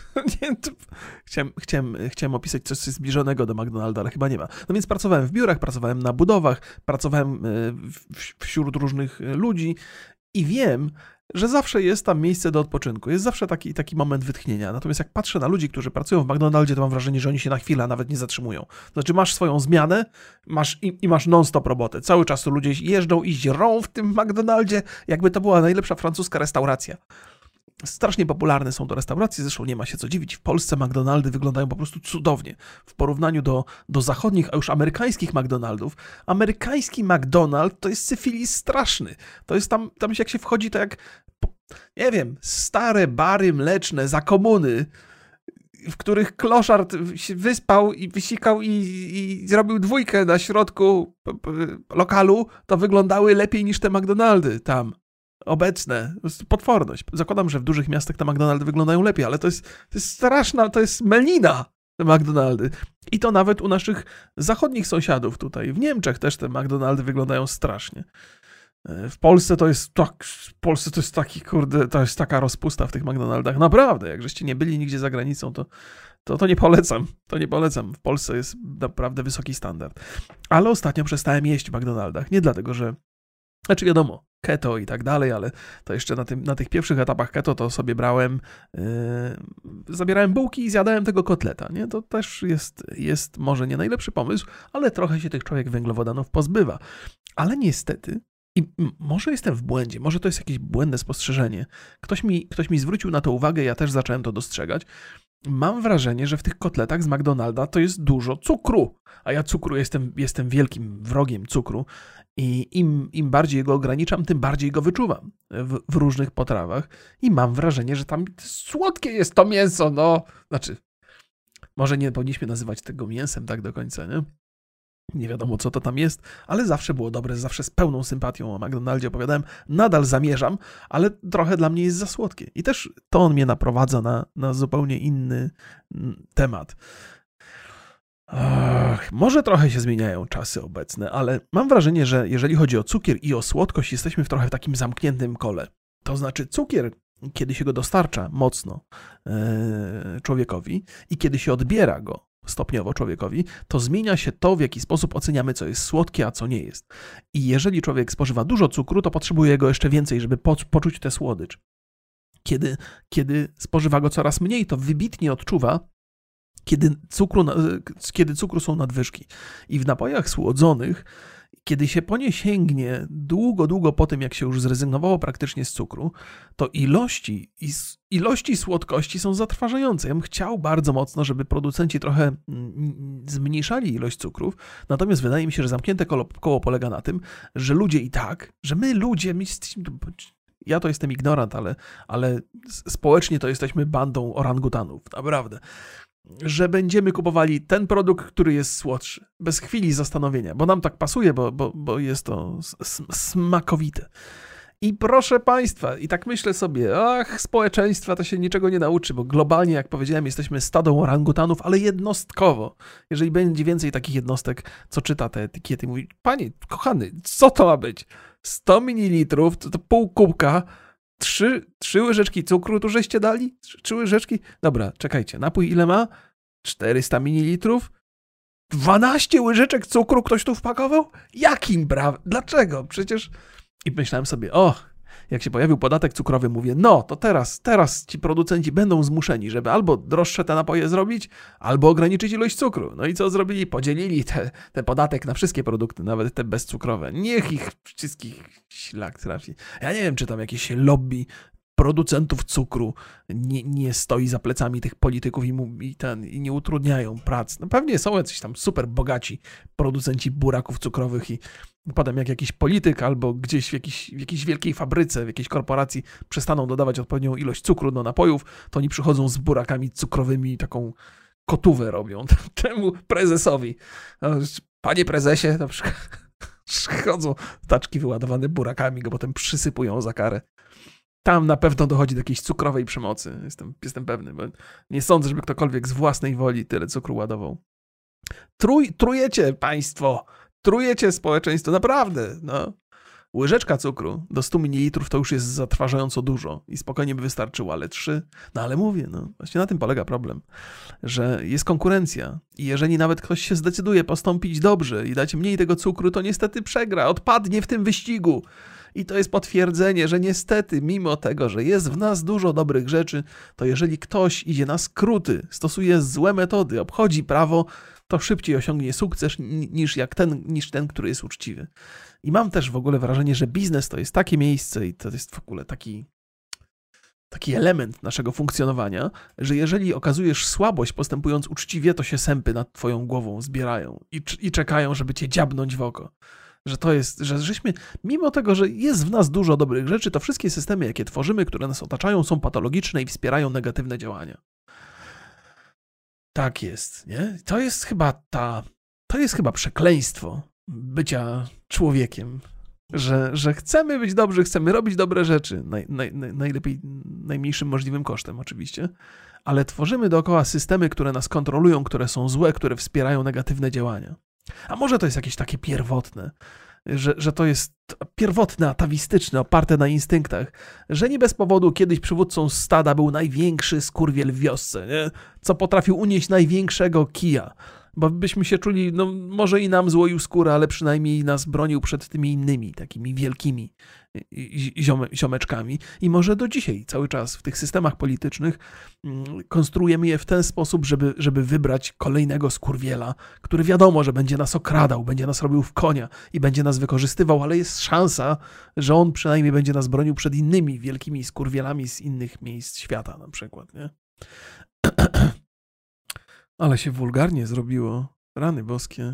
Chciałem opisać coś zbliżonego do McDonalda, ale chyba nie ma. No więc pracowałem w biurach, pracowałem na budowach, pracowałem wśród różnych ludzi i wiem, że zawsze jest tam miejsce do odpoczynku. Jest zawsze taki moment wytchnienia. Natomiast jak patrzę na ludzi, którzy pracują w McDonaldzie, to mam wrażenie, że oni się na chwilę nawet nie zatrzymują. Znaczy masz swoją zmianę masz non-stop robotę. Cały czas tu ludzie jeżdżą i żrą w tym McDonaldzie, jakby to była najlepsza francuska restauracja. Strasznie popularne są to restauracje, zresztą nie ma się co dziwić. W Polsce McDonaldy wyglądają po prostu cudownie. W porównaniu do zachodnich, a już amerykańskich McDonaldów. Amerykański McDonald to jest syfilis straszny. To jest tam jak się wchodzi, to jak, nie wiem, stare bary mleczne za komuny, w których kloszard się wyspał i wysikał i zrobił dwójkę na środku lokalu, to wyglądały lepiej niż te McDonaldy tam. Obecne. To jest potworność. Zakładam, że w dużych miastach te McDonaldy wyglądają lepiej, ale to jest straszna, to jest melina, te McDonaldy. I to nawet u naszych zachodnich sąsiadów tutaj. W Niemczech też te McDonaldy wyglądają strasznie. W Polsce to jest taki, kurde, to jest taka rozpusta w tych McDonaldach. Naprawdę, jak żeście nie byli nigdzie za granicą, to nie polecam. To nie polecam. W Polsce jest naprawdę wysoki standard. Ale ostatnio przestałem jeść w McDonaldach. Nie dlatego, że znaczy wiadomo, keto i tak dalej, ale to jeszcze na tych pierwszych etapach keto to sobie zabierałem bułki i zjadałem tego kotleta, nie? To też jest może nie najlepszy pomysł, ale trochę się tych człowiek węglowodanów pozbywa. Ale niestety, i może jestem w błędzie, może to jest jakieś błędne spostrzeżenie, ktoś mi zwrócił na to uwagę, ja też zacząłem to dostrzegać. Mam wrażenie, że w tych kotletach z McDonalda to jest dużo cukru, a ja cukru jestem wielkim wrogiem cukru i im bardziej go ograniczam, tym bardziej go wyczuwam w różnych potrawach i mam wrażenie, że tam słodkie jest to mięso, no, znaczy Może nie powinniśmy nazywać tego mięsem tak do końca, nie? Nie wiadomo, co to tam jest, ale zawsze było dobre, zawsze z pełną sympatią o McDonaldzie opowiadałem. Nadal zamierzam, ale trochę dla mnie jest za słodkie. I też to on mnie naprowadza na zupełnie inny temat. Może trochę się zmieniają czasy obecne, ale mam wrażenie, że jeżeli chodzi o cukier i o słodkość, jesteśmy w trochę takim zamkniętym kole. To znaczy cukier, kiedy się go dostarcza mocno człowiekowi i kiedy się odbiera go stopniowo człowiekowi, to zmienia się to, w jaki sposób oceniamy, co jest słodkie, a co nie jest. I jeżeli człowiek spożywa dużo cukru, to potrzebuje go jeszcze więcej, żeby poczuć tę słodycz. Kiedy spożywa go coraz mniej, to wybitnie odczuwa, kiedy cukru są nadwyżki. I w napojach słodzonych, kiedy się po nie sięgnie długo po tym, jak się już zrezygnowało praktycznie z cukru, to ilości słodkości są zatrważające. Ja bym chciał bardzo mocno, żeby producenci trochę zmniejszali ilość cukrów, natomiast wydaje mi się, że zamknięte koło polega na tym, że ludzie że my ludzie, ja to jestem ignorant, ale społecznie to jesteśmy bandą orangutanów, naprawdę. Że będziemy kupowali ten produkt, który jest słodszy. Bez chwili zastanowienia, bo nam tak pasuje, bo jest to smakowite. I proszę Państwa, i tak myślę sobie, społeczeństwa to się niczego nie nauczy, bo globalnie, jak powiedziałem, jesteśmy stadą orangutanów, ale jednostkowo. Jeżeli będzie więcej takich jednostek, co czyta te etykiety, mówi, panie, kochany, co to ma być? 100 ml, to pół kubka, Trzy łyżeczki cukru tu żeście dali? 3 łyżeczki? Dobra, czekajcie, napój ile ma? 400 ml? 12 łyżeczek cukru ktoś tu wpakował? Jakim prawem? Dlaczego? Przecież... I myślałem sobie, jak się pojawił podatek cukrowy, mówię, no to teraz ci producenci będą zmuszeni, żeby albo droższe te napoje zrobić, albo ograniczyć ilość cukru. No i co zrobili? Podzielili ten podatek na wszystkie produkty, nawet te bezcukrowe. Niech ich wszystkich ślak trafi. Ja nie wiem, czy tam jakieś lobby producentów cukru nie stoi za plecami tych polityków i nie utrudniają prac. No pewnie są jacyś tam super bogaci producenci buraków cukrowych i potem jak jakiś polityk albo gdzieś w jakiejś wielkiej fabryce, w jakiejś korporacji przestaną dodawać odpowiednią ilość cukru do napojów, to oni przychodzą z burakami cukrowymi i taką kotówę robią temu prezesowi. Panie prezesie, na przykład przychodzą taczki wyładowane burakami, go potem przysypują za karę. Tam na pewno dochodzi do jakiejś cukrowej przemocy. Jestem pewny, bo nie sądzę, żeby ktokolwiek z własnej woli tyle cukru ładował. Trujecie państwo, trujecie społeczeństwo, naprawdę. No. Łyżeczka cukru do 100 ml to już jest zatrważająco dużo i spokojnie by wystarczyło, ale 3. No ale mówię, właśnie na tym polega problem, że jest konkurencja i jeżeli nawet ktoś się zdecyduje postąpić dobrze i dać mniej tego cukru, to niestety przegra, odpadnie w tym wyścigu. I to jest potwierdzenie, że niestety, mimo tego, że jest w nas dużo dobrych rzeczy, to jeżeli ktoś idzie na skróty, stosuje złe metody, obchodzi prawo, to szybciej osiągnie sukces niż ten, który jest uczciwy. I mam też w ogóle wrażenie, że biznes to jest takie miejsce i to jest w ogóle taki element naszego funkcjonowania, że jeżeli okazujesz słabość postępując uczciwie, to się sępy nad twoją głową zbierają i czekają, żeby cię dziabnąć w oko. Że to jest, żeśmy, mimo tego, że jest w nas dużo dobrych rzeczy, to wszystkie systemy, jakie tworzymy, które nas otaczają, są patologiczne i wspierają negatywne działania. Tak jest, nie? To jest chyba przekleństwo bycia człowiekiem, że chcemy być dobrzy, chcemy robić dobre rzeczy, najlepiej, najmniejszym możliwym kosztem oczywiście, ale tworzymy dookoła systemy, które nas kontrolują, które są złe, które wspierają negatywne działania. A może to jest jakieś takie pierwotne, że to jest pierwotne, atawistyczne, oparte na instynktach, że nie bez powodu kiedyś przywódcą stada był największy skurwiel w wiosce, nie? Co potrafił unieść największego kija, bo byśmy się czuli, może i nam złoił skórę, ale przynajmniej nas bronił przed tymi innymi, takimi wielkimi ziomeczkami. I może do dzisiaj cały czas w tych systemach politycznych konstruujemy je w ten sposób, żeby wybrać kolejnego skurwiela, który wiadomo, że będzie nas okradał, będzie nas robił w konia i będzie nas wykorzystywał, ale jest szansa, że on przynajmniej będzie nas bronił przed innymi wielkimi skurwielami z innych miejsc świata na przykład, nie? Ale się wulgarnie zrobiło. Rany boskie.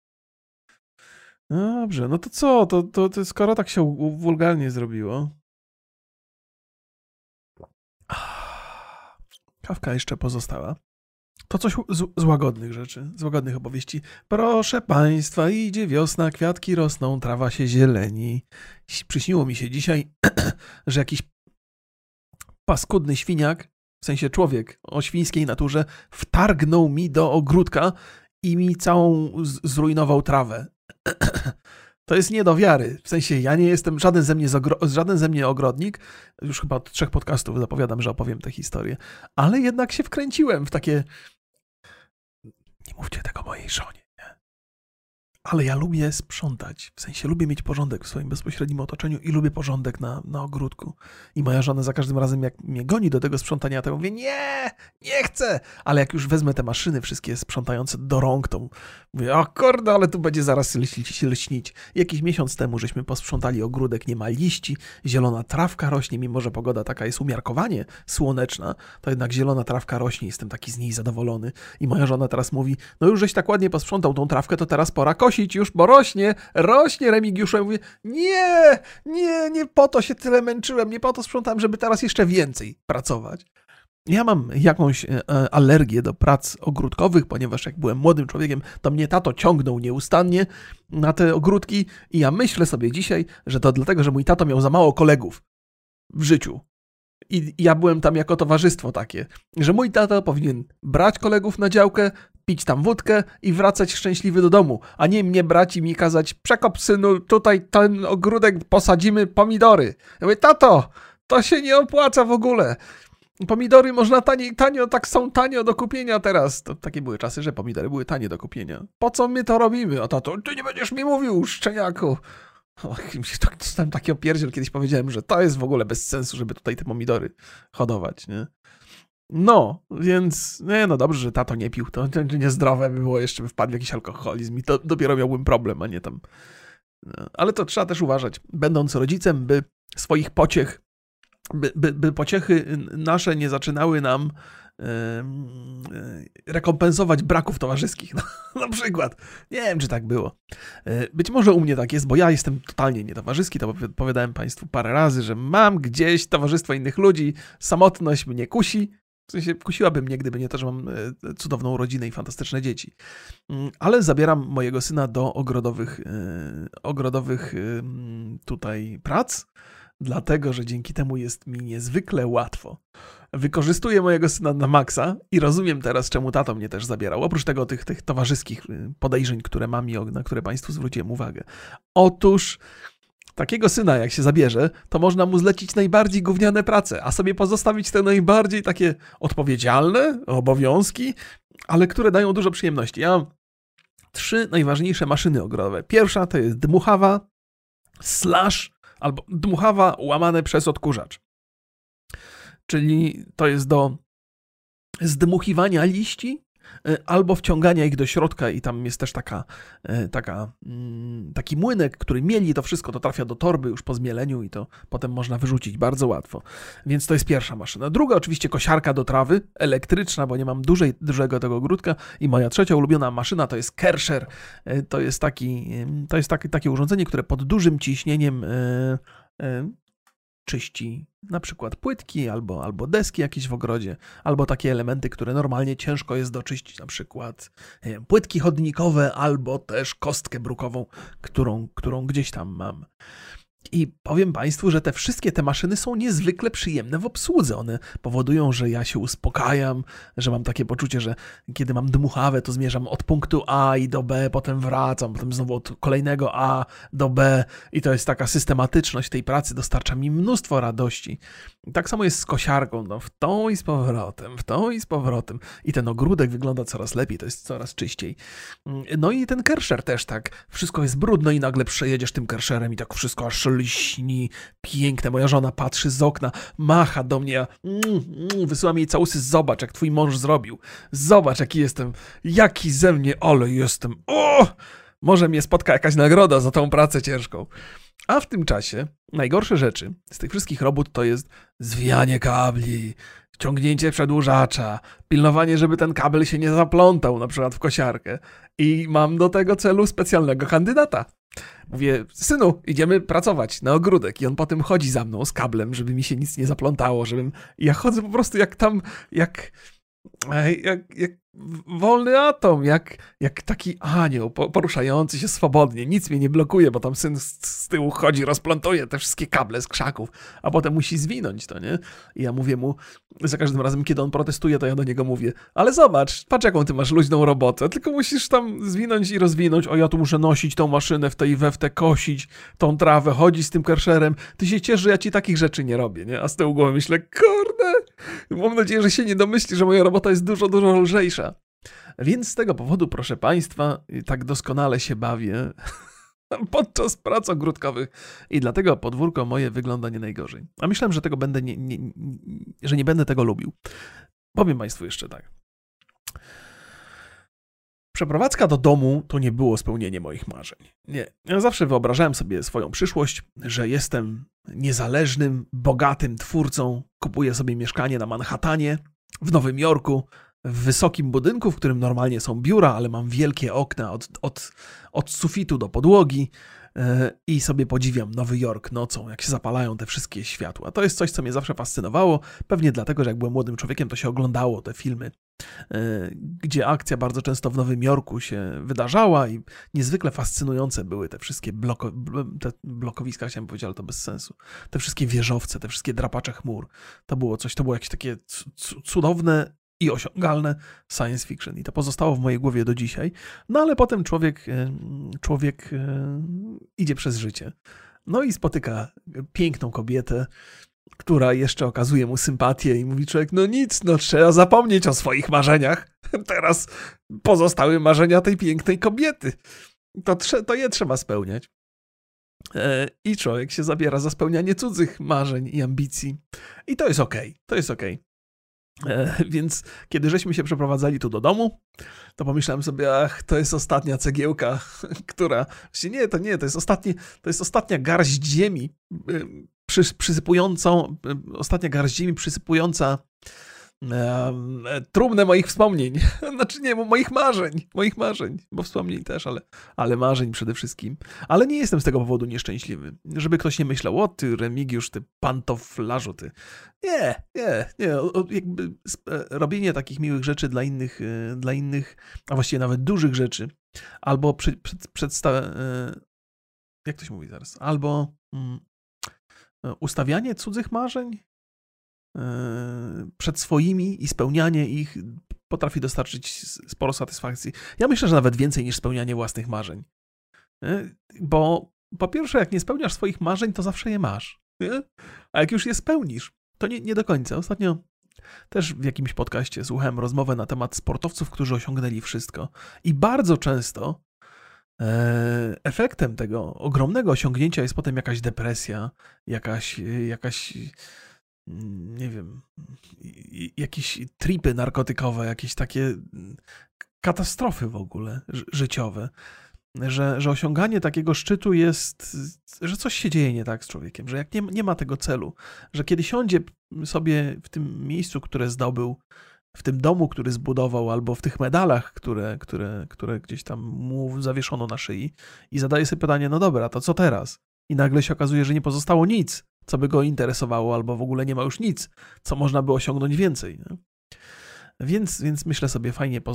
Dobrze, no to co? To skoro tak się wulgarnie zrobiło. Kawka jeszcze pozostała. To coś z łagodnych rzeczy, z łagodnych opowieści. Proszę państwa, idzie wiosna, kwiatki rosną, trawa się zieleni. Przyśniło mi się dzisiaj, że jakiś paskudny świniak, w sensie człowiek o świńskiej naturze, wtargnął mi do ogródka i mi całą zrujnował trawę. To jest nie do wiary. W sensie ja nie jestem żaden ze mnie ogrodnik. Już chyba od 3 podcastów zapowiadam, że opowiem tę historię. Ale jednak się wkręciłem w takie... Nie mówcie tego mojej żonie, nie? Ale ja lubię sprzątać. W sensie lubię mieć porządek w swoim bezpośrednim otoczeniu i lubię porządek na ogródku. I moja żona za każdym razem, jak mnie goni do tego sprzątania, to mówię, nie chcę! Ale jak już wezmę te maszyny wszystkie sprzątające do rąk, to mówię, o kurde, ale tu będzie zaraz lśnić. Jakiś miesiąc temu żeśmy posprzątali ogródek, nie ma liści, zielona trawka rośnie, mimo że pogoda taka jest umiarkowanie słoneczna, to jednak zielona trawka rośnie, jestem taki z niej zadowolony. I moja żona teraz mówi, no już żeś tak ładnie posprzątał tą trawkę, to teraz pora kosić już, bo rośnie Remigiuszu. Ja mówię, nie po to się tyle męczyłem, nie po to sprzątałem, żeby teraz jeszcze więcej pracować. Ja mam jakąś alergię do prac ogródkowych, ponieważ jak byłem młodym człowiekiem, to mnie tato ciągnął nieustannie na te ogródki i ja myślę sobie dzisiaj, że to dlatego, że mój tato miał za mało kolegów w życiu. I ja byłem tam jako towarzystwo takie, że mój tata powinien brać kolegów na działkę, pić tam wódkę i wracać szczęśliwy do domu, a nie mnie brać i mi kazać, przekop synu, tutaj ten ogródek posadzimy pomidory. Ja mówię, tato, to się nie opłaca w ogóle. Pomidory można tanio, tak są tanio do kupienia teraz. To takie były czasy, że pomidory były tanie do kupienia. Po co my to robimy? A tato, ty nie będziesz mi mówił, szczeniaku. Dostałem taki opierdziel, kiedyś powiedziałem, że to jest w ogóle bez sensu, żeby tutaj te pomidory hodować, nie? No, więc, no dobrze, że tato nie pił, to niezdrowe by było, jeszcze by wpadł w jakiś alkoholizm i to dopiero miałbym problem, a nie tam. No, ale to trzeba też uważać, będąc rodzicem, by swoich pociech, by pociechy nasze nie zaczynały nam rekompensować braków towarzyskich. No, na przykład. Nie wiem, czy tak było. Być może u mnie tak jest, bo ja jestem totalnie nietowarzyski, to opowiadałem Państwu parę razy, że mam gdzieś towarzystwo innych ludzi, samotność mnie kusi. W sensie kusiłaby mnie, gdyby nie to, że mam cudowną rodzinę i fantastyczne dzieci. Ale zabieram mojego syna do ogrodowych tutaj prac, dlatego, że dzięki temu jest mi niezwykle łatwo. Wykorzystuję mojego syna na maksa i rozumiem teraz, czemu tato mnie też zabierał. Oprócz tego tych towarzyskich podejrzeń, które mam i na które Państwu zwróciłem uwagę. Otóż takiego syna, jak się zabierze, to można mu zlecić najbardziej gówniane prace, a sobie pozostawić te najbardziej takie odpowiedzialne obowiązki, ale które dają dużo przyjemności. Ja mam 3 najważniejsze maszyny ogrodowe. Pierwsza to jest dmuchawa / albo dmuchawa łamane przez odkurzacz. Czyli to jest do zdmuchiwania liści albo wciągania ich do środka i tam jest też taki młynek, który mieli to wszystko, to trafia do torby już po zmieleniu i to potem można wyrzucić bardzo łatwo. Więc to jest pierwsza maszyna. Druga oczywiście kosiarka do trawy, elektryczna, bo nie mam dużego tego ogródka i moja trzecia ulubiona maszyna to jest Kärcher. To jest takie urządzenie, które pod dużym ciśnieniem czyści na przykład płytki albo deski jakieś w ogrodzie, albo takie elementy, które normalnie ciężko jest doczyścić, na przykład płytki chodnikowe albo też kostkę brukową, którą gdzieś tam mam. I powiem Państwu, że wszystkie te maszyny są niezwykle przyjemne w obsłudze. One powodują, że ja się uspokajam, że mam takie poczucie, że kiedy mam dmuchawę, to zmierzam od punktu A i do B, potem wracam, potem znowu od kolejnego A do B i to jest taka systematyczność tej pracy, dostarcza mi mnóstwo radości. I tak samo jest z kosiarką, no, w tą i z powrotem. I ten ogródek wygląda coraz lepiej, to jest coraz czyściej. No i ten Kärcher też tak, wszystko jest brudno i nagle przejedziesz tym Kärcherem i tak wszystko aż lśni, piękne. Moja żona patrzy z okna, macha do mnie, wysyła mi jej całusy, zobacz jak twój mąż zrobił, zobacz jaki ze mnie olej jestem, może mnie spotka jakaś nagroda za tą pracę ciężką. A w tym czasie najgorsze rzeczy z tych wszystkich robót to jest zwijanie kabli, ciągnięcie przedłużacza, pilnowanie, żeby ten kabel się nie zaplątał, na przykład w kosiarkę. I mam do tego celu specjalnego kandydata. Mówię, synu, idziemy pracować na ogródek. I on potem chodzi za mną z kablem, żeby mi się nic nie zaplątało, ja chodzę po prostu jak Jak wolny atom, jak taki anioł poruszający się swobodnie. Nic mnie nie blokuje, bo tam syn z tyłu chodzi, rozplątuje te wszystkie kable z krzaków, a potem musi zwinąć to, nie? I ja mówię mu, za każdym razem, kiedy on protestuje, to ja do niego mówię, ale zobacz, patrz jaką ty masz luźną robotę, tylko musisz tam zwinąć i rozwinąć, o ja tu muszę nosić tą maszynę w tej we w te, kosić tą trawę, chodzić z tym kersherem, ty się ciesz, że ja ci takich rzeczy nie robię, nie? A z tyłu głowy myślę, kurde, mam nadzieję, że się nie domyśli, że moja robota jest dużo, dużo lżejsza. Więc z tego powodu, proszę Państwa, tak doskonale się bawię podczas prac ogródkowych i dlatego podwórko moje wygląda nie najgorzej. A myślałem, że tego będę że nie będę tego lubił. Powiem Państwu jeszcze tak. Przeprowadzka do domu to nie było spełnienie moich marzeń. Nie. Ja zawsze wyobrażałem sobie swoją przyszłość, że jestem niezależnym, bogatym twórcą, kupuję sobie mieszkanie na Manhattanie, w Nowym Jorku, w wysokim budynku, w którym normalnie są biura, ale mam wielkie okna od sufitu do podłogi i sobie podziwiam Nowy Jork nocą, jak się zapalają te wszystkie światła. To jest coś, co mnie zawsze fascynowało, pewnie dlatego, że jak byłem młodym człowiekiem, to się oglądało te filmy, gdzie akcja bardzo często w Nowym Jorku się wydarzała i niezwykle fascynujące były te wszystkie blokowiska, chciałem powiedzieć, ale to bez sensu. Te wszystkie wieżowce, te wszystkie drapacze chmur. To było jakieś takie cudowne i osiągalne science fiction. I to pozostało w mojej głowie do dzisiaj. No ale potem człowiek idzie przez życie. No i spotyka piękną kobietę, która jeszcze okazuje mu sympatię i mówi człowiek, no nic, no trzeba zapomnieć o swoich marzeniach. Teraz pozostały marzenia tej pięknej kobiety. To je trzeba spełniać. I człowiek się zabiera za spełnianie cudzych marzeń i ambicji. I to jest okej. To jest okej. Więc kiedy żeśmy się przeprowadzali tu do domu, to pomyślałem sobie, ach, to jest ostatnia cegiełka, która... Właściwie nie, to jest ostatnia garść ziemi ostatnia garść ziemi przysypująca trumnę moich wspomnień. Znaczy nie, moich marzeń, bo wspomnień też, ale marzeń przede wszystkim. Ale nie jestem z tego powodu nieszczęśliwy. Żeby ktoś nie myślał, o ty Remigiusz, ty pantoflarzu, ty. Nie. Jakby robienie takich miłych rzeczy dla innych, a właściwie nawet dużych rzeczy, albo jak to się mówi zaraz? Albo ustawianie cudzych marzeń przed swoimi i spełnianie ich potrafi dostarczyć sporo satysfakcji. Ja myślę, że nawet więcej niż spełnianie własnych marzeń. Bo po pierwsze, jak nie spełniasz swoich marzeń, to zawsze je masz. Nie? A jak już je spełnisz, to nie do końca. Ostatnio też w jakimś podcaście słuchałem rozmowę na temat sportowców, którzy osiągnęli wszystko. I bardzo często efektem tego ogromnego osiągnięcia jest potem jakaś depresja, jakaś nie wiem, jakieś tripy narkotykowe, jakieś takie katastrofy w ogóle życiowe, że osiąganie takiego szczytu jest, że coś się dzieje nie tak z człowiekiem, że jak nie ma tego celu, że kiedy siądzie sobie w tym miejscu, które zdobył, w tym domu, który zbudował, albo w tych medalach, które gdzieś tam mu zawieszono na szyi i zadaje sobie pytanie, no dobra, to co teraz? I nagle się okazuje, że nie pozostało nic, co by go interesowało, albo w ogóle nie ma już nic, co można by osiągnąć więcej. Nie? Więc myślę sobie,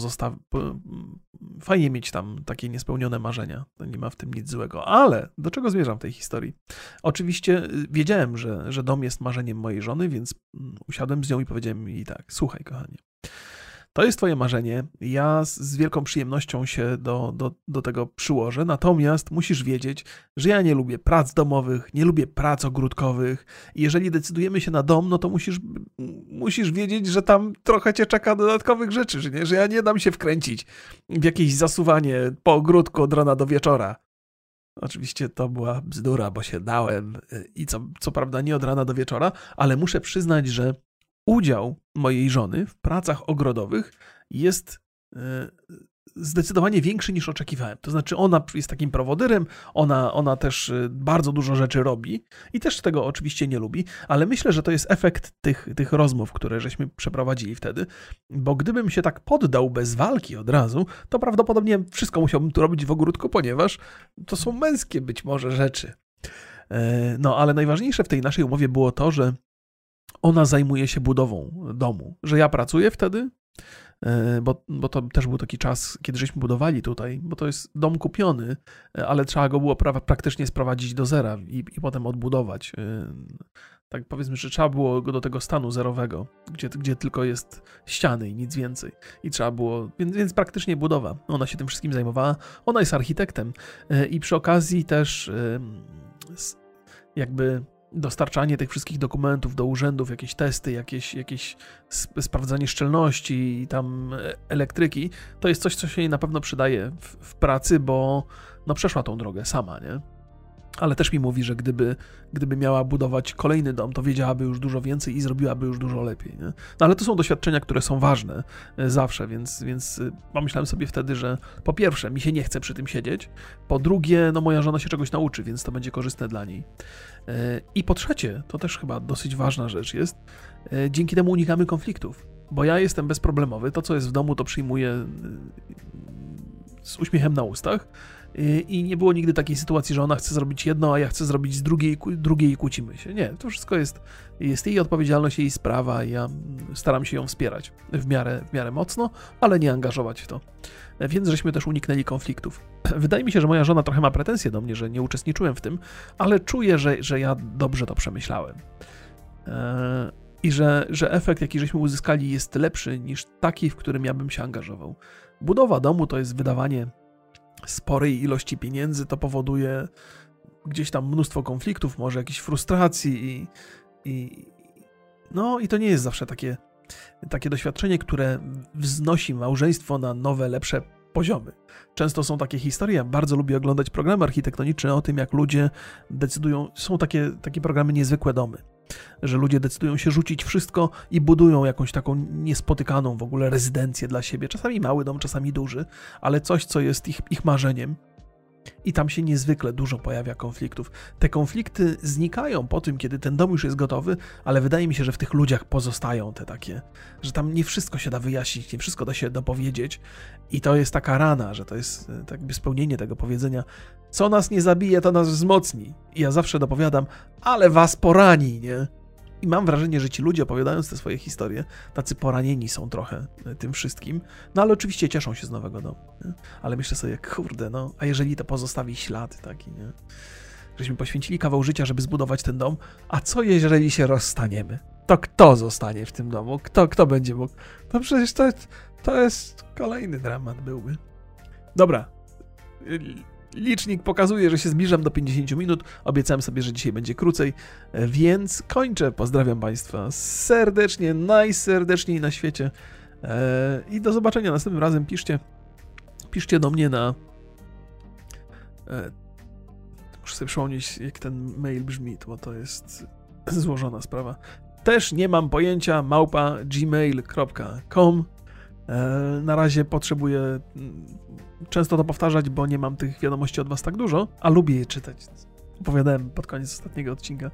fajnie mieć tam takie niespełnione marzenia. Nie ma w tym nic złego. Ale do czego zmierzam w tej historii? Oczywiście wiedziałem, że dom jest marzeniem mojej żony, więc usiadłem z nią i powiedziałem jej tak, słuchaj kochanie, to jest twoje marzenie, ja z wielką przyjemnością się do tego przyłożę, natomiast musisz wiedzieć, że ja nie lubię prac domowych, nie lubię prac ogródkowych i jeżeli decydujemy się na dom, no to musisz wiedzieć, że tam trochę cię czeka dodatkowych rzeczy, że ja nie dam się wkręcić w jakieś zasuwanie po ogródku od rana do wieczora. Oczywiście to była bzdura, bo się dałem i co prawda nie od rana do wieczora, ale muszę przyznać, że udział mojej żony w pracach ogrodowych jest zdecydowanie większy niż oczekiwałem. To znaczy ona jest takim prowodyrem, ona też bardzo dużo rzeczy robi i też tego oczywiście nie lubi, ale myślę, że to jest efekt tych rozmów, które żeśmy przeprowadzili wtedy, bo gdybym się tak poddał bez walki od razu, to prawdopodobnie wszystko musiałbym tu robić w ogródku, ponieważ to są męskie być może rzeczy. No, ale najważniejsze w tej naszej umowie było to, że ona zajmuje się budową domu, że ja pracuję wtedy, Bo to też był taki czas, kiedy żeśmy budowali tutaj, bo to jest dom kupiony, ale trzeba go było praktycznie sprowadzić do zera i potem odbudować. Tak powiedzmy, że trzeba było go do tego stanu zerowego, gdzie tylko jest ściany i nic więcej. I trzeba było, więc praktycznie budowa. Ona się tym wszystkim zajmowała. Ona jest architektem i przy okazji też jakby dostarczanie tych wszystkich dokumentów do urzędów, jakieś testy, jakieś sprawdzanie szczelności i tam elektryki, to jest coś, co się jej na pewno przydaje w pracy, bo no przeszła tą drogę sama, nie? Ale też mi mówi, że gdyby miała budować kolejny dom, to wiedziałaby już dużo więcej i zrobiłaby już dużo lepiej, nie? No ale to są doświadczenia, które są ważne zawsze, więc pomyślałem sobie wtedy, że po pierwsze, mi się nie chce przy tym siedzieć, po drugie, no moja żona się czegoś nauczy, więc to będzie korzystne dla niej. I po trzecie, to też chyba dosyć ważna rzecz jest, dzięki temu unikamy konfliktów, bo ja jestem bezproblemowy, to co jest w domu, to przyjmuję z uśmiechem na ustach, i nie było nigdy takiej sytuacji, że ona chce zrobić jedno, a ja chcę zrobić z drugiej i kłócimy się. Nie, to wszystko jest jej odpowiedzialność, jej sprawa i ja staram się ją wspierać w miarę mocno, ale nie angażować w to. Więc żeśmy też uniknęli konfliktów. Wydaje mi się, że moja żona trochę ma pretensje do mnie, że nie uczestniczyłem w tym, ale czuję, że ja dobrze to przemyślałem. I że efekt, jaki żeśmy uzyskali, jest lepszy niż taki, w którym ja bym się angażował. Budowa domu to jest wydawanie sporej ilości pieniędzy, to powoduje gdzieś tam mnóstwo konfliktów, może jakichś frustracji i to nie jest zawsze takie doświadczenie, które wznosi małżeństwo na nowe, lepsze poziomy. Często są takie historie, ja bardzo lubię oglądać programy architektoniczne o tym, jak ludzie decydują, są takie programy Niezwykłe Domy, że ludzie decydują się rzucić wszystko i budują jakąś taką niespotykaną w ogóle rezydencję dla siebie. Czasami mały dom, czasami duży, ale coś, co jest ich marzeniem. I tam się niezwykle dużo pojawia konfliktów. Te konflikty znikają po tym, kiedy ten dom już jest gotowy, ale wydaje mi się, że w tych ludziach pozostają te takie, że tam nie wszystko się da wyjaśnić, nie wszystko da się dopowiedzieć i to jest taka rana, że to jest tak jakby spełnienie tego powiedzenia, co nas nie zabije, to nas wzmocni. I ja zawsze dopowiadam, ale was porani, nie? I mam wrażenie, że ci ludzie, opowiadając te swoje historie, tacy poranieni są trochę tym wszystkim, no ale oczywiście cieszą się z nowego domu, nie? Ale myślę sobie, kurde, no, a jeżeli to pozostawi ślad taki, nie? Żeśmy poświęcili kawał życia, żeby zbudować ten dom, a co jeżeli się rozstaniemy? To kto zostanie w tym domu? Kto będzie mógł? No przecież to jest kolejny dramat byłby. Dobra. Licznik pokazuje, że się zbliżam do 50 minut. Obiecałem sobie, że dzisiaj będzie krócej, więc kończę. Pozdrawiam Państwa serdecznie, najserdeczniej na świecie i do zobaczenia następnym razem. Piszcie do mnie na... Muszę sobie przypomnieć, jak ten mail brzmi, bo to jest złożona sprawa. Też nie mam pojęcia, @gmail.com. Na razie potrzebuję często to powtarzać, bo nie mam tych wiadomości od was tak dużo, a lubię je czytać. Opowiadałem pod koniec ostatniego odcinka.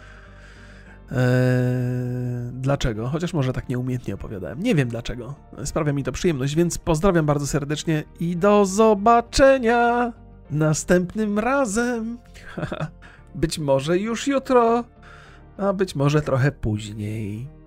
Dlaczego? Chociaż może tak nieumiejętnie opowiadałem. Nie wiem dlaczego. Sprawia mi to przyjemność, więc pozdrawiam bardzo serdecznie i do zobaczenia następnym razem. Być może już jutro, a być może trochę później.